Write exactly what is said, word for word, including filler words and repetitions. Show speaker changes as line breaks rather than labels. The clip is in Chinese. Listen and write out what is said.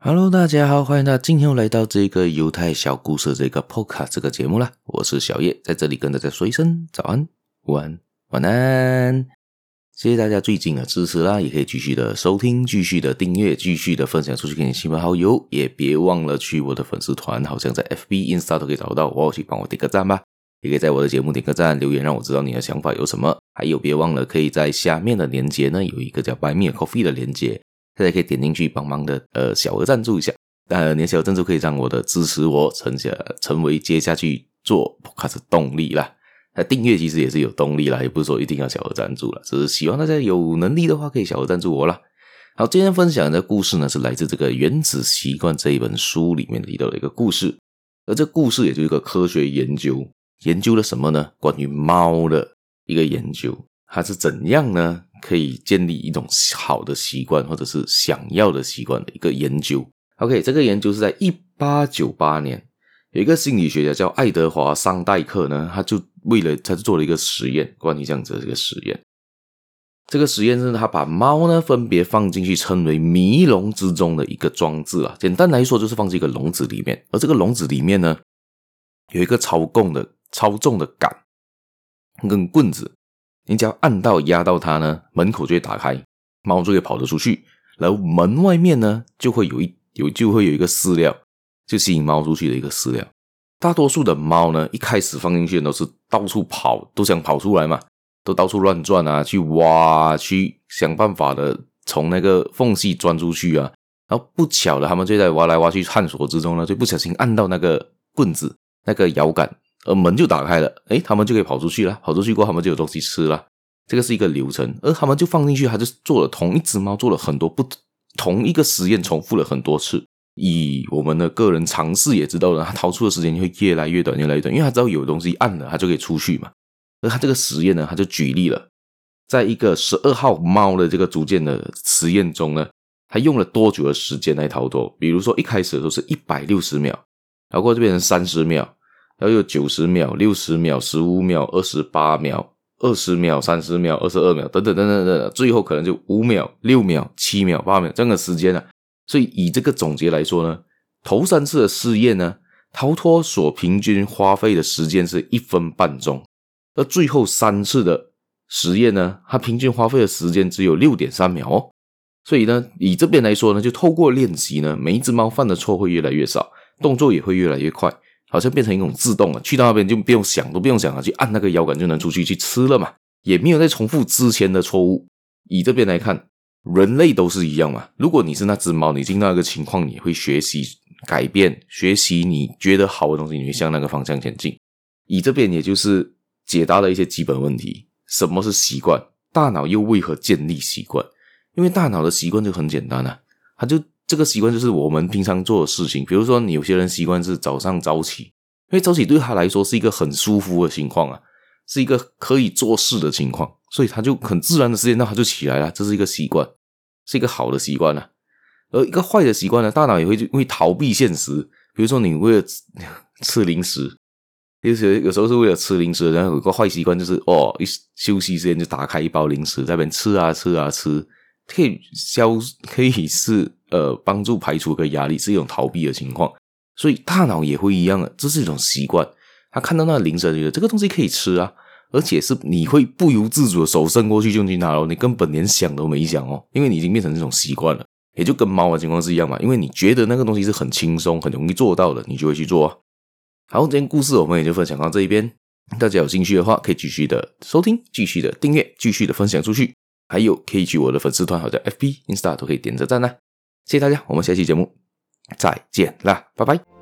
Hello， 大家好，欢迎大家今天又来到这个犹太小故事这个 Podcast 这个节目啦。我是小叶，在这里跟大家说一声早安、午安、晚安。谢谢大家最近的支持啦，也可以继续的收听、继续的订阅、继续的分享出去给你亲朋好友，也别忘了去我的粉丝团，好像在 F B、Insta 都可以找到我，去帮我点个赞吧。也可以在我的节目点个赞，留言让我知道你的想法有什么。还有别忘了可以在下面的连结呢，有一个叫 Buy Me a Coffee 的连结。大家可以点进去帮忙的呃小额赞助一下，当然你的小额赞助可以让我的支持我成下成为接下去做 podcast 动力啦。那订阅其实也是有动力啦，也不是说一定要小额赞助啦，只是希望大家有能力的话可以小额赞助我啦。好，今天分享的故事呢是来自这个《原子习惯》这一本书里面提到的一个故事，而这故事也就是一个科学研究，研究了什么呢？关于猫的一个研究，它是怎样呢？可以建立一种好的习惯或者是想要的习惯的一个研究。 OK， 这个研究是在一八九八年，有一个心理学家叫爱德华桑代克呢，他就为了他就做了一个实验，关于这样子的这个实验。这个实验是他把猫呢分别放进去称为迷笼之中的一个装置啊，简单来说就是放进一个笼子里面，而这个笼子里面呢有一个操控的操纵的杆跟棍子，你只要按到压到它呢，门口就会打开，猫就会跑得出去，然后门外面呢就会有一有就会有一个饲料，就吸引猫出去的一个饲料。大多数的猫呢一开始放进去都是到处跑，都想跑出来嘛，都到处乱转啊，去挖，去想办法的从那个缝隙钻出去啊。然后不巧的，他们就在挖来挖去探索之中呢，就不小心按到那个棍子那个摇杆，而门就打开了，诶，他们就可以跑出去了，跑出去过后他们就有东西吃了。这个是一个流程，而他们就放进去，他就做了同一只猫做了很多不同一个实验，重复了很多次。以我们的个人尝试也知道了，他逃出的时间会越来越短越来越短，因为他知道有东西按了他就可以出去嘛。而他这个实验呢，他就举例了，在一个十二号猫的这个逐渐的实验中呢，他用了多久的时间来逃脱。比如说一开始的时候是一百六十秒，然后过后就变成三十秒，然后有九十秒、六十秒、十五秒、二十八秒、二十秒、三十秒、二十二秒等等等等等等，最后可能就五秒、六秒、七秒、八秒这样的时间啊。所以以这个总结来说呢，头三次的试验呢，逃脱所平均花费的时间是一分半钟，而最后三次的实验呢，它平均花费的时间只有 六点三秒哦。所以呢，以这边来说呢，就透过练习呢，每一只猫犯的错会越来越少，动作也会越来越快，好像变成一种自动了，去到那边就不用想都不用想了，去按那个摇杆就能出去去吃了嘛，也没有再重复之前的错误。以这边来看，人类都是一样嘛，如果你是那只猫，你进到一个情况，你会学习改变，学习你觉得好的东西，你会向那个方向前进。以这边也就是解答了一些基本问题，什么是习惯，大脑又为何建立习惯。因为大脑的习惯就很简单啊，它就这个习惯就是我们平常做的事情。比如说你有些人习惯是早上早起，因为早起对他来说是一个很舒服的情况啊，是一个可以做事的情况，所以他就很自然的时间到他就起来了，这是一个习惯，是一个好的习惯啊。而一个坏的习惯呢，大脑也会会逃避现实。比如说你为了吃零食，有时有时候是为了吃零食，然后有个坏习惯就是哦，一休息时间就打开一包零食在那边吃啊吃啊吃，可以消可以是呃帮助排除个压力，是一种逃避的情况。所以大脑也会一样的，这是一种习惯。他看到那个零食，觉得这个东西可以吃啊，而且是你会不由自主的手伸过去就去拿了，你根本连想都没想哦，因为你已经变成这种习惯了。也就跟猫的情况是一样嘛，因为你觉得那个东西是很轻松很容易做到的，你就会去做啊。好，今天故事我们也就分享到这一边，大家有兴趣的话可以继续的收听，继续的订阅，继续的分享出去，还有可以去我的粉丝团或者 F B、Insta 都可以点着赞啦。谢谢大家，我们下期节目再见啦，拜拜。